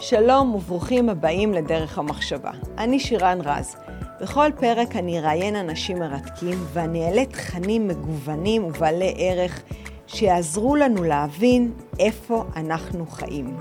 שלום וברוכים הבאים לדרך המחשבה. אני שירן רז. בכל פרק אני אראיין אנשים מרתקים ואני אעלה תכנים מגוונים ובעלי ערך שיעזרו לנו להבין איפה אנחנו חיים.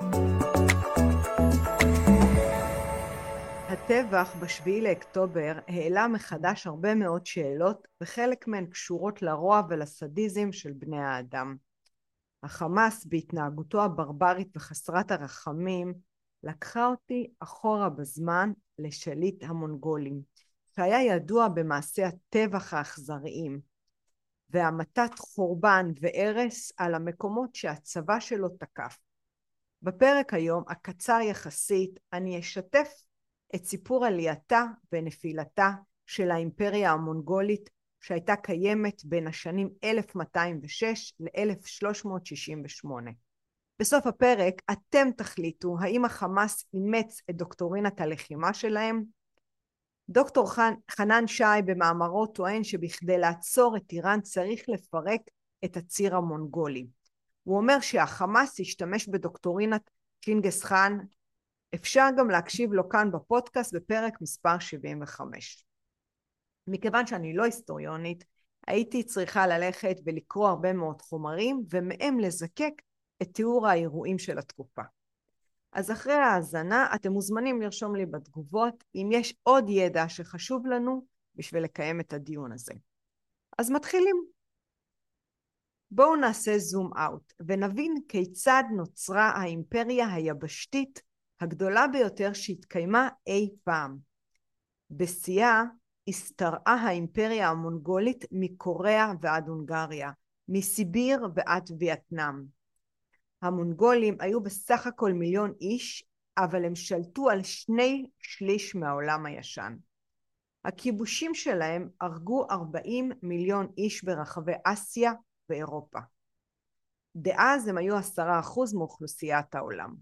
הטבח ב7 לאוקטובר העלה מחדש הרבה מאוד שאלות, וחלק מהן קשורות לרוע ולסדיזם של בני האדם. החמאס בהתנהגותו הברברית וחסרת הרחמים לקחה אותי אחורה בזמן לשליט המונגולים, שהיה ידוע במעשי הטבח האכזריים, והמתת חורבן והרס על המקומות שהצבא שלו תקף. בפרק היום, הקצר יחסית, אני אשתף את סיפור עלייתה ונפילתה של האימפריה המונגולית, שהייתה קיימת בין השנים 1206 ל-1368. בסוף הפרק אתם תחליטו האם החמאס אימץ את דוקטורינת הלחימה שלהם. דוקטור חנן שי במאמרו טוען שבכדי לעצור את איראן צריך לפרק את הציר המונגולי. הוא אומר שהחמאס ישתמש בדוקטורינת צ'ינגס חאן. אפשר גם להקשיב לו כאן בפודקאסט בפרק מספר 75. מכיוון שאני לא היסטוריונית, הייתי צריכה ללכת ולקרוא הרבה מאוד חומרים, ומהם לזקק את תיאור האירועים של התקופה. אז אחרי ההאזנה, אתם מוזמנים לרשום לי בתגובות אם יש עוד ידע שחשוב לנו בשביל לקיים את הדיון הזה. אז מתחילים. בואו נעשה זום אאוט, ונבין כיצד נוצרה האימפריה היבשתית הגדולה ביותר שהתקיימה אי פעם. בשיאה הסתרעה האימפריה המונגולית מקוריאה ועד הונגריה, מסיביר ועד וייטנאם. המונגולים היו בסך הכל 1,000,000 איש, אבל הם שלטו על 2/3 מהעולם הישן. הכיבושים שלהם הרגו 40 מיליון איש ברחבי אסיה ואירופה. דאז הם היו 10% מאוכלוסיית העולם.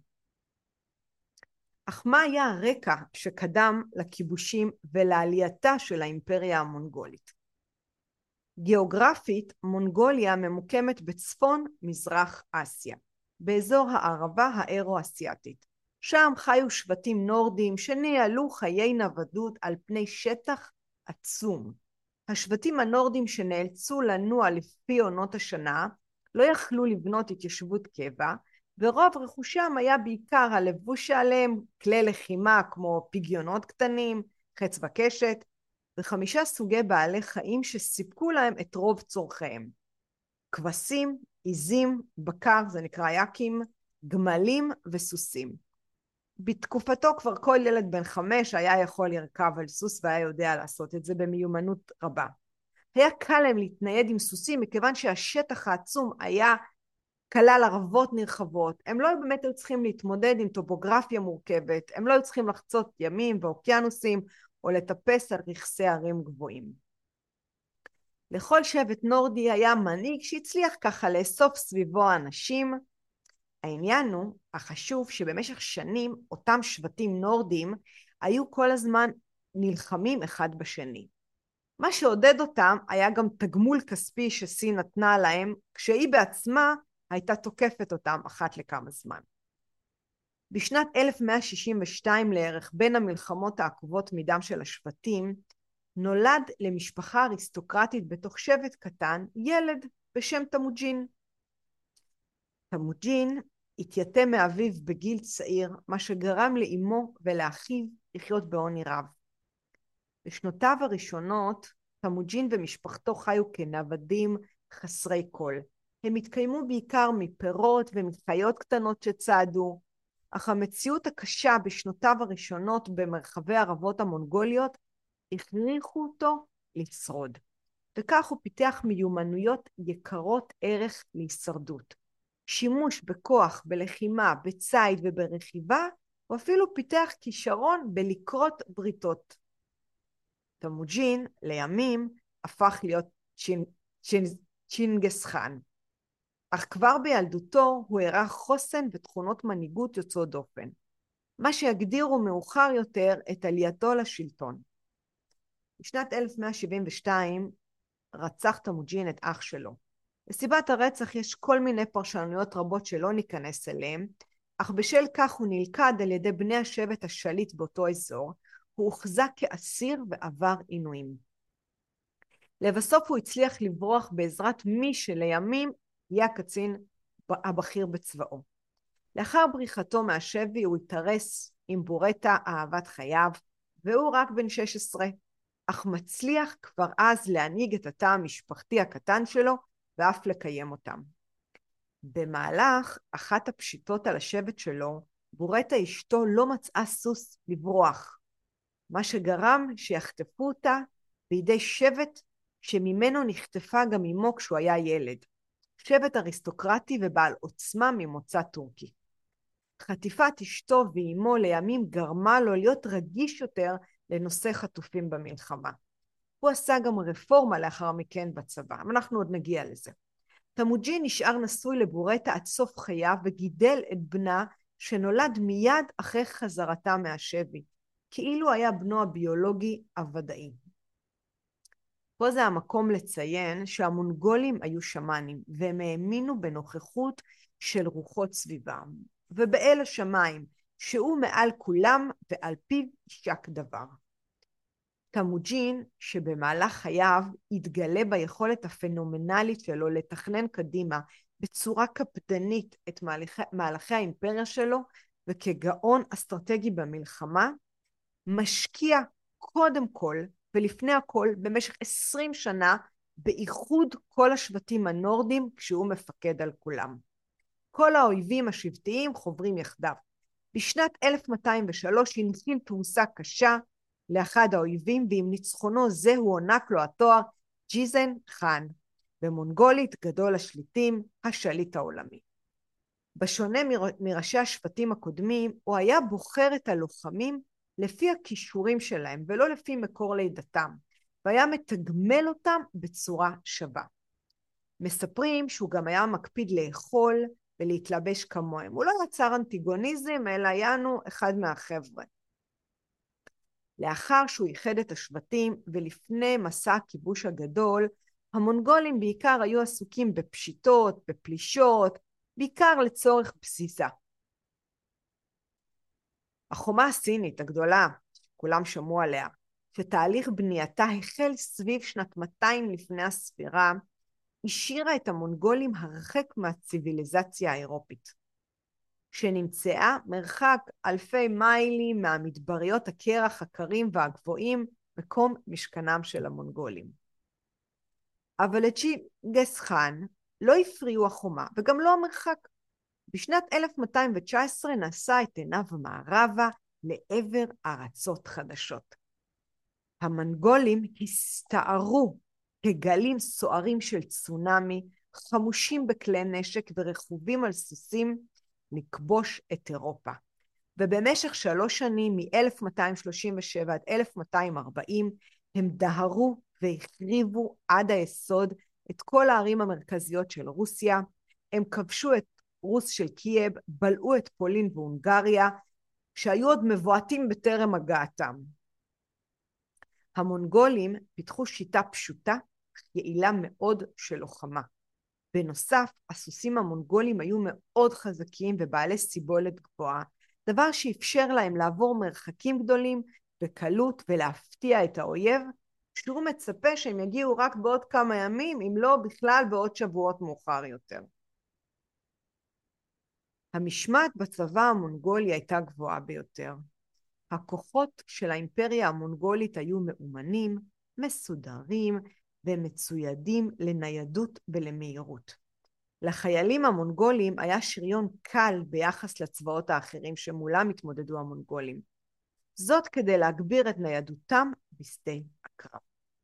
אך מה היה הרקע שקדם לכיבושים ולעלייתה של האימפריה המונגולית? גיאוגרפית, מונגוליה ממוקמת בצפון מזרח אסיה, באזור הערבה האירו-אסיאטית. שם חיו שבטים נורדים שניהלו חיי נוודות על פני שטח עצום. השבטים הנורדים שנאלצו לנוע לפי עונות השנה לא יכלו לבנות התיישבות קבע, ורוב רכושם היה בעיקר הלבוש שעליהם, כלי לחימה כמו פגיונות קטנים, חץ וקשת, ו5 סוגי בעלי חיים שסיפקו להם את רוב צורכיהם. כבשים, עיזים, בקר, זה נקרא יקים, גמלים וסוסים. בתקופתו כבר כל ילד בן 5 היה יכול לרכב על סוס והיה יודע לעשות את זה במיומנות רבה. היה קל להם להתנייד עם סוסים מכיוון שהשטח העצום היה כלל ערבות נרחבות. הם לא באמת היו צריכים להתמודד עם טופוגרפיה מורכבת, הם לא היו צריכים לחצות ימים ואוקיינוסים או לטפס על רכסי ערים גבוהים. לכל שבט נורדי היה מנהיג שהצליח ככה לאסוף סביבו אנשים. העניין הוא החשוב שבמשך שנים אותם שבטים נורדים היו כל הזמן נלחמים אחד בשני. מה שעודד אותם היה גם תגמול כספי שסין נתנה להם, כשהיא בעצמה הייתה תוקפת אותם אחת לכמה זמן. בשנת 1162 לערך, בין המלחמות העקובות מדם של השבטים, נולד למשפחה אריסטוקרטית בתוך שבט קטן ילד בשם תמוג'ין. תמוג'ין התייתם מאביו בגיל צעיר, מה שגרם לאמו ולאחיו לחיות בעוני רב. בשנותיו הראשונות, תמוג'ין ומשפחתו חיו כנוודים חסרי כל. הם התקיימו בעיקר מפירות ומחיות קטנות שצעדו, אך המציאות הקשה בשנותיו הראשונות במרחבי ערבות המונגוליות הכריחו אותו לשרוד. וכך הוא פיתח מיומנויות יקרות ערך להישרדות. שימוש בכוח, בלחימה, בצייד וברכיבה, הוא אפילו פיתח כישרון בלקרות בריתות. תמוג'ין לימים הפך להיות צ'ינגס חאן. אך כבר בילדותו הוא הראה חוסן ותכונות מנהיגות יוצאות דופן, מה שיגדירו מאוחר יותר את עלייתו לשלטון. בשנת 1172 רצח תמוג'ין את אח שלו. לסיבת הרצח יש כל מיני פרשנויות רבות שלא ניכנס אליהם, אך בשל כך הוא נלכד על ידי בני השבט השליט באותו אזור, הוא הוחזק כאסיר ועבר עינויים. לבסוף הוא הצליח לברוח בעזרת מי שלימים יהיה הקצין הבכיר בצבאו. לאחר בריחתו מהשבי הוא התארס עם בורטה אהבת חייו, והוא רק בן 16, אך מצליח כבר אז להנהיג את התא המשפחתי הקטן שלו ואף לקיים אותם. במהלך אחת הפשיטות על השבט שלו, בורטה אשתו לא מצאה סוס לברוח, מה שגרם שיחטפו אותה בידי שבט שממנו נחטפה גם אמו כשהוא היה ילד, שבט אריסטוקרטי ובעל עוצמה ממוצא טורקי. חטיפת אשתו ואמו לימים גרמה לו להיות רגיש יותר לנושא חטופים במלחמה. הוא עשה גם רפורמה לאחר מכן בצבא, אנחנו עוד נגיע לזה. תמוג'ין נשאר נשוי לבורטה עד סוף חייו וגידל את בנה שנולד מיד אחרי חזרתה מהשבי, כאילו היה בנו הביולוגי הוודאי. פה זה המקום לציין שהמונגולים היו שמאנים, והם האמינו בנוכחות של רוחות סביבם, ובאל השמיים, שהוא מעל כולם ועל פיו יישק דבר. תמוג'ין, שבמהלך חייו התגלה ביכולת הפנומנלית שלו לתכנן קדימה בצורה קפדנית את מהלכי האימפריה שלו, וכגאון אסטרטגי במלחמה, משקיע קודם כל ולפני הכל במשך 20 שנה באיחוד כל השבטים הנורדים כשהוא מפקד על כולם. כל האויבים השבטיים חוברים יחדיו. בשנת 1203 הנחיל תבוסה קשה לאחד האויבים, ועם ניצחונו זה הוא הוענק לו התואר ג'יזן חאן, במונגולית גדול השליטים, השליט העולמי. בשונה מראשי השבטים הקודמים, הוא היה בוחר את הלוחמים לפי הכישורים שלהם ולא לפי מקור לידתם, והיה מתגמל אותם בצורה שווה. מספרים שהוא גם היה מקפיד לאכול ולהתלבש כמוהם. הוא לא יצר אנטיגוניזם, אלא היינו אחד מהחבר'ה. לאחר שהוא איחד את השבטים ולפני מסע הכיבוש הגדול, המונגולים בעיקר היו עסוקים בפשיטות, בפלישות, בעיקר לצורך בסיסה. החומה הסינית הגדולה, כולם שמעו עליה, שתהליך בנייתה החל סביב שנת 200 לפני הספירה, השאירה את המונגולים הרחק מהציביליזציה האירופית, שנמצאה מרחק אלפי מיילים מהמדבריות הקרח הקרים והגבוהים, מקום משכנם של המונגולים. אבל לג'ינגס חאן לא הפריעו החומה וגם לא המרחק. בשנת 1219 נשא את עיניו מערבה לעבר ארצות חדשות. המונגולים הסתערו כגלים סוערים של צונאמי, חמושים בכלי נשק ורכובים על סוסים לכבוש את אירופה. ובמשך 3 שנים, מ-1237 עד 1240, הם דהרו והחריבו עד היסוד את כל הערים המרכזיות של רוסיה. הם כבשו את רוס של קייב, בלעו את פולין והונגריה, שהיו עוד מבועתים בטרם הגעתם. המונגולים פיתחו שיטה פשוטה, יעילה מאוד של לוחמה. בנוסף, הסוסים המונגולים היו מאוד חזקים ובעלי סיבולת גבוהה, דבר שאפשר להם לעבור מרחקים גדולים בקלות ולהפתיע את האויב, שהוא מצפה שהם יגיעו רק בעוד כמה ימים, אם לא בכלל בעוד שבועות מאוחר יותר. המשמעת בצבא המונגולי הייתה גבוהה ביותר. הכוחות של האימפריה המונגולית היו מאומנים, מסודרים ומצוידים לניידות ולמהירות. לחיילים המונגולים היה שריון קל ביחס לצבאות האחרים שמולם התמודדו המונגולים. זאת כדי להגביר את ניידותם בשדה הקרב.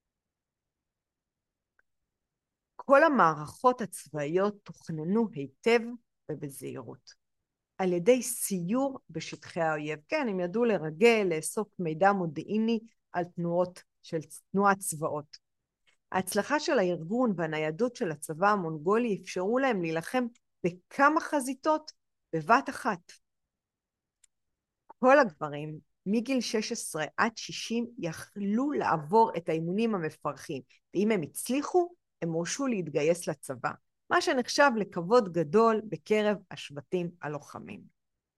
כל המערכות הצבאיות תוכננו היטב ובזהירות. על ידי סיור בשטחי האויב. כן, הם ידעו לרגל, לאסוף מידע מודיעיני על תנועת צבאות. ההצלחה של הארגון והניידות של הצבא המונגולי אפשרו להם להילחם בכמה חזיתות בבת אחת. כל הגברים מגיל 16 עד 60 יכלו לעבור את האימונים המפרכים, ואם הם הצליחו, הם הורשו להתגייס לצבא, מה שנחשב לכבוד גדול בקרב השבטים הלוחמים.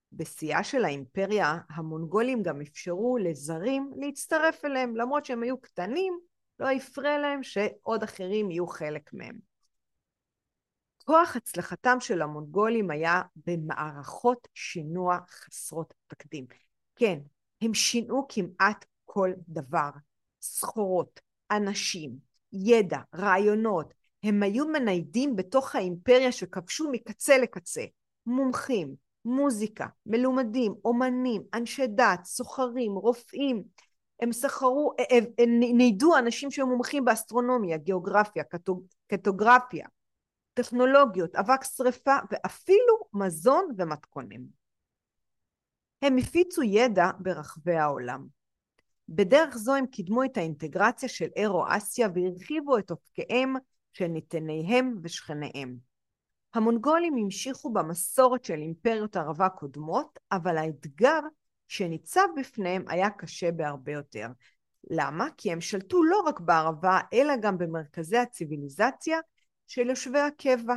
בשיאה של האימפריה, המונגולים גם אפשרו לזרים להצטרף אליהם, למרות שהם היו קטנים, לא הפריע להם שעוד אחרים יהיו חלק מהם. כוח הצלחתם של המונגולים היה במערכות שינוע חסרות תקדים. כן, הם שינו כמעט כל דבר. סחורות, אנשים, ידע, רעיונות. הם היו מניידים בתוך האימפריה שכבשו מקצה לקצה. מומחים, מוזיקה, מלומדים, אומנים, אנשי דת, סוחרים, רופאים. הם סחרו, ניידו אנשים שמומחים באסטרונומיה, גיאוגרפיה, קרטוגרפיה. טכנולוגיות, אבק שריפה ואפילו מזון ומתכונים. הם הפיצו ידע ברחבי העולם. בדרך זו הם קידמו את האינטגרציה של אירו-אסיה והרחיבו את אופקיהם של נתיניהם ושכניהם. המונגולים המשיכו במסורת של אימפריות ערבה קודמות, אבל האתגר שניצב בפניהם היה קשה בהרבה יותר. למה? כי הם שלטו לא רק בערבה, אלא גם במרכזי הציביליזציה של יושבי הקבע.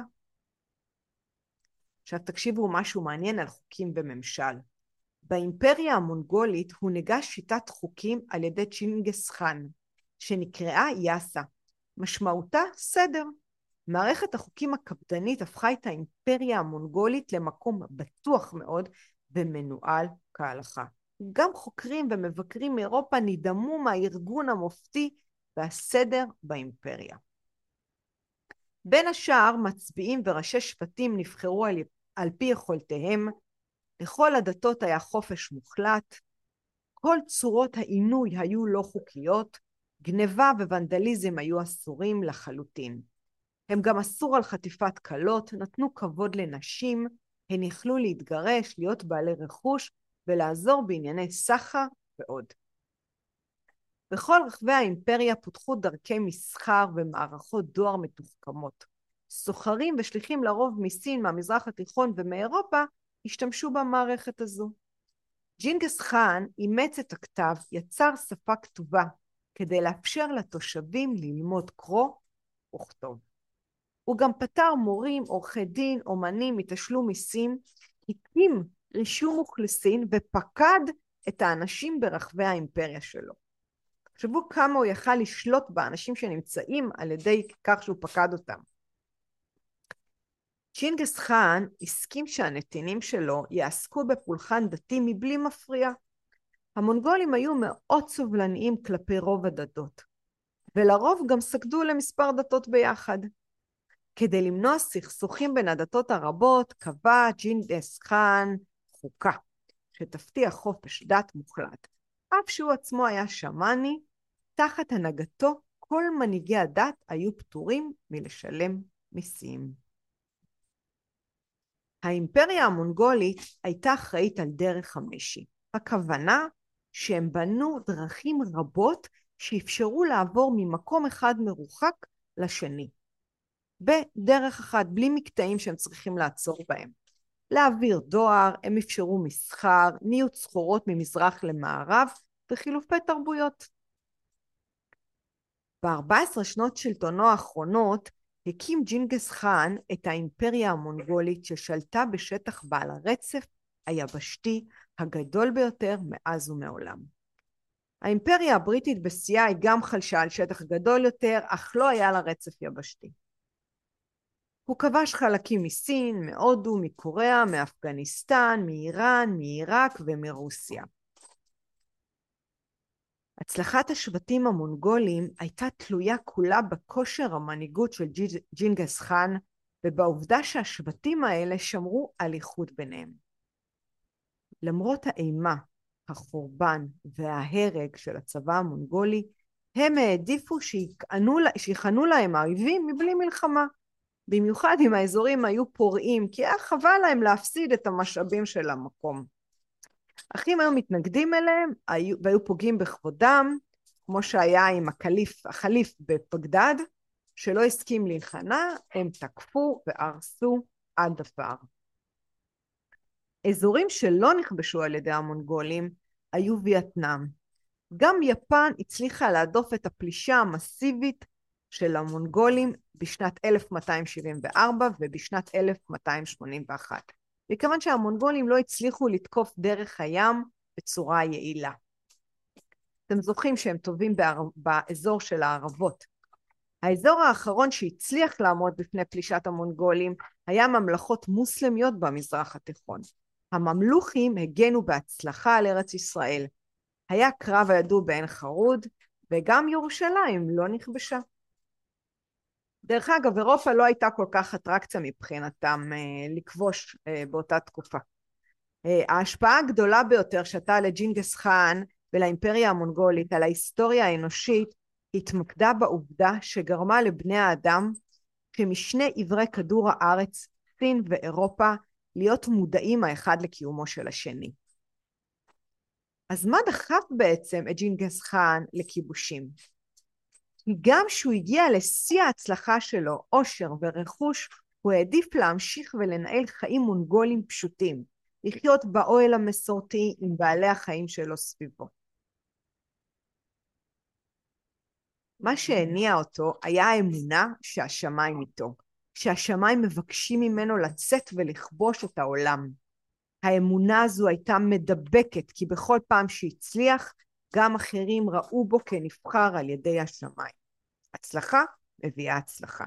עכשיו תקשיבו משהו מעניין על חוקים וממשל. באימפריה המונגולית הונהגה שיטת חוקים על ידי צ'ינגס חאן, שנקראה יאסה. משמעותה סדר. מערכת החוקים הקפדנית הפכה את האימפריה המונגולית למקום בטוח מאוד ומנוהל כהלכה. גם חוקרים ומבקרים מאירופה נדהמו מהארגון המופתי והסדר באימפריה. בין השאר מצביעים וראשי שבטים נבחרו על פי יכולתיהם, לכל הדתות היה חופש מוחלט, כל צורות העינוי היו לא חוקיות, גניבה וונדליזם היו אסורים לחלוטין. הם גם אסור על חטיפת קלות, נתנו כבוד לנשים, הן יכלו להתגרש, להיות בעלי רכוש ולעזור בענייני סחר ועוד. בכל רחבי האימפריה פותחו דרכי מסחר ומערכות דואר מתוחכמות. סוחרים ושליחים לרוב מסין, מהמזרח התיכון ומאירופה, השתמשו במערכת הזו. ג'ינגס חאן אימץ את הכתב, יצר שפה כתובה, כדי לאפשר לתושבים ללמוד קרוא וכתוב. הוא גם פטר מורים, עורכי דין, אומנים מתשלום מיסים, הקים רישום אוכלוסין ופקד את האנשים ברחבי האימפריה שלו. תחשבו כמה הוא יכל לשלוט באנשים שנמצאים על ידי כך שהוא פקד אותם. צ'ינגס חאן הסכים שהנתינים שלו יעסקו בפולחן דתי מבלי מפריע. המונגולים היו מאוד סובלניים כלפי רוב הדתות, ולרוב גם סגדו למספר דתות ביחד. כדי למנוע סכסוכים בין הדתות הרבות, קבע צ'ינגס חאן חוקה, שתבטיח חופש דת מוחלט. אף שהוא עצמו היה שמאני, תחת הנהגתו כל מנהיגי הדת היו פטורים מלשלם מיסים. האימפריה המונגולית הייתה אחראית על דרך המשי. הכוונה שהם בנו דרכים רבות שאפשרו לעבור ממקום אחד מרוחק לשני. בדרך אחת, בלי מקטעים שהם צריכים לעצור בהם. להעביר דואר, הם אפשרו מסחר, ניוד סחורות ממזרח למערב וחילופי תרבויות. ב-14 שנות שלטונו האחרונות הקים ג'ינגס חאן את האימפריה המונגולית ששלטה בשטח בעל הרצף היבשתי הגדול ביותר מאז ומעולם. האימפריה הבריטית בשיאה היא גם חלשה על שטח גדול יותר, אך לא היה לה רצף יבשתי. הוא כבש חלקים מסין, מהודו, מקוריאה, מאפגניסטן, מאיראן, מעיראק ומרוסיה. הצלחת השבטים המונגולים הייתה תלויה כולה בכושר המנהיגות של ג'ינגס חאן, ובעובדה שהשבטים האלה שמרו על איחוד ביניהם. למרות האימה, החורבן וההרג של הצבא המונגולי, הם העדיפו שיכנו להם האויבים מבלי מלחמה. במיוחד אם האזורים היו פורעים, כי היה חבל להם להפסיד את המשאבים של המקום. אך אם היו מתנגדים אליהם, והיו פוגעים בכבודם, כמו שהיה עם החליף בבגדד, שלא הסכים להיכנע, הם תקפו והרסו עד עפר. אזורים שלא נכבשו על ידי המונגולים היו וייטנאם. גם יפן הצליחה להדוף את הפלישה המסיבית של המונגולים בשנת 1274 ובשנת 1281. מכיוון שהמונגולים לא הצליחו לתקוף דרך הים בצורה יעילה. אתם זוכרים שהם טובים באזור של הערבות. האזור האחרון שהצליח לעמוד בפני פלישת המונגולים היה ממלכות מוסלמיות במזרח התיכון. הממלוכים הגנו בהצלחה על ארץ ישראל. היה קרב הידוע בעין חרוד, וגם ירושלים לא נכבשה. דרך אגב, אירופה לא הייתה כל כך אטרקציה מבחינתם לכבוש באותה תקופה. ההשפעה הגדולה ביותר שהייתה לג'ינגס חאן ולאימפריה המונגולית על ההיסטוריה האנושית התמקדה בעובדה שגרמה לבני האדם כמשני עברי כדור הארץ, סין ואירופה, להיות מודעים האחד לקיומו של השני. אז מה דחף בעצם את ג'ינגס חאן לכיבושים? כי גם שהוא הגיע לשיא ההצלחה שלו, עושר ורכוש, הוא העדיף להמשיך ולנהל חיים מונגולים פשוטים, לחיות באוהל המסורתי עם בעלי החיים שלו סביבו. מה שהניע אותו היה האמונה שהשמיים איתו, שהשמיים מבקשים ממנו לצאת ולכבוש את העולם. האמונה הזו הייתה מדבקת, כי בכל פעם שהצליח, גם אחרים ראו בו כנבחר על ידי השמיים. הצלחה מביאה הצלחה.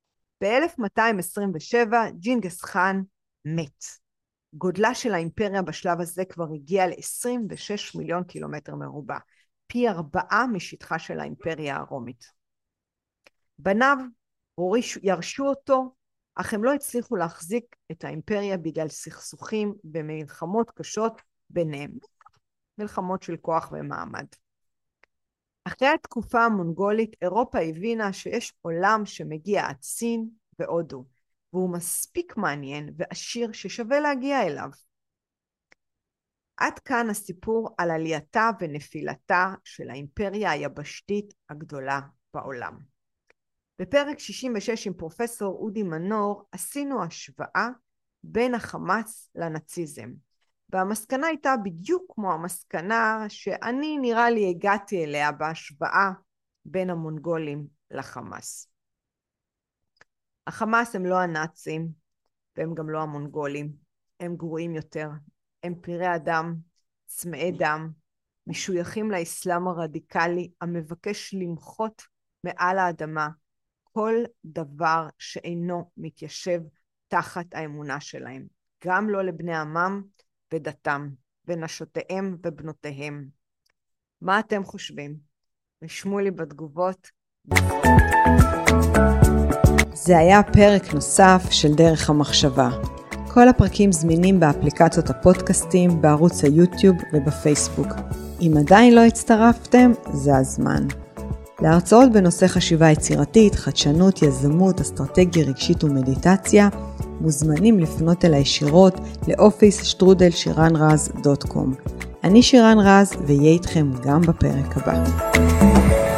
ב-1227 ג'ינגס חאן מת. גודלה של האימפריה בשלב הזה כבר הגיע ל-26 מיליון קילומטר מרובע, פי 4 משטחה של האימפריה הרומית. בניו ירשו אותו, אך הם לא הצליחו להחזיק את האימפריה בגלל סכסוכים במלחמות קשות ביניהם, מלחמות של כוח ומעמד. אחרי התקופה המונגולית, אירופה הבינה שיש עולם שמגיע עד סין והודו, והוא מספיק מעניין ועשיר ששווה להגיע אליו. עד כאן הסיפור על עלייתה ונפילתה של האימפריה היבשתית הגדולה בעולם. בפרק 66 עם פרופסור אודי מנור עשינו השוואה בין החמאס לנאציזם. והמסקנה הייתה בדיוק כמו המסקנה שאני נראה לי הגעתי אליה בהשוואה בין המונגולים לחמאס. החמאס הם לא הנאצים והם גם לא המונגולים. הם גרועים יותר. הם פראי אדם, צמאי דם, משויכים לאסלאם הרדיקלי המבקש למחות מעל האדמה כל דבר שאינו מתיישב תחת האמונה שלהם. גם לא לבני עמם ודתם, ונשותיהם ובנותיהם. מה אתם חושבים? רשמו לי בתגובות. זה היה פרק נוסף של דרך המחשבה. כל הפרקים זמינים באפליקציות הפודקאסטים, בערוץ היוטיוב ובפייסבוק. אם עדיין לא הצטרפתם, זה הזמן. להרצאות בנושא חשיבה יצירתית, חדשנות, יזמות, אסטרטגיה רגשית ומדיטציה, מוזמנים לפנות אליי ישירות לאופיס@shiranraz.com. אני שירן רז, ויהיה איתכם גם בפרק הבא.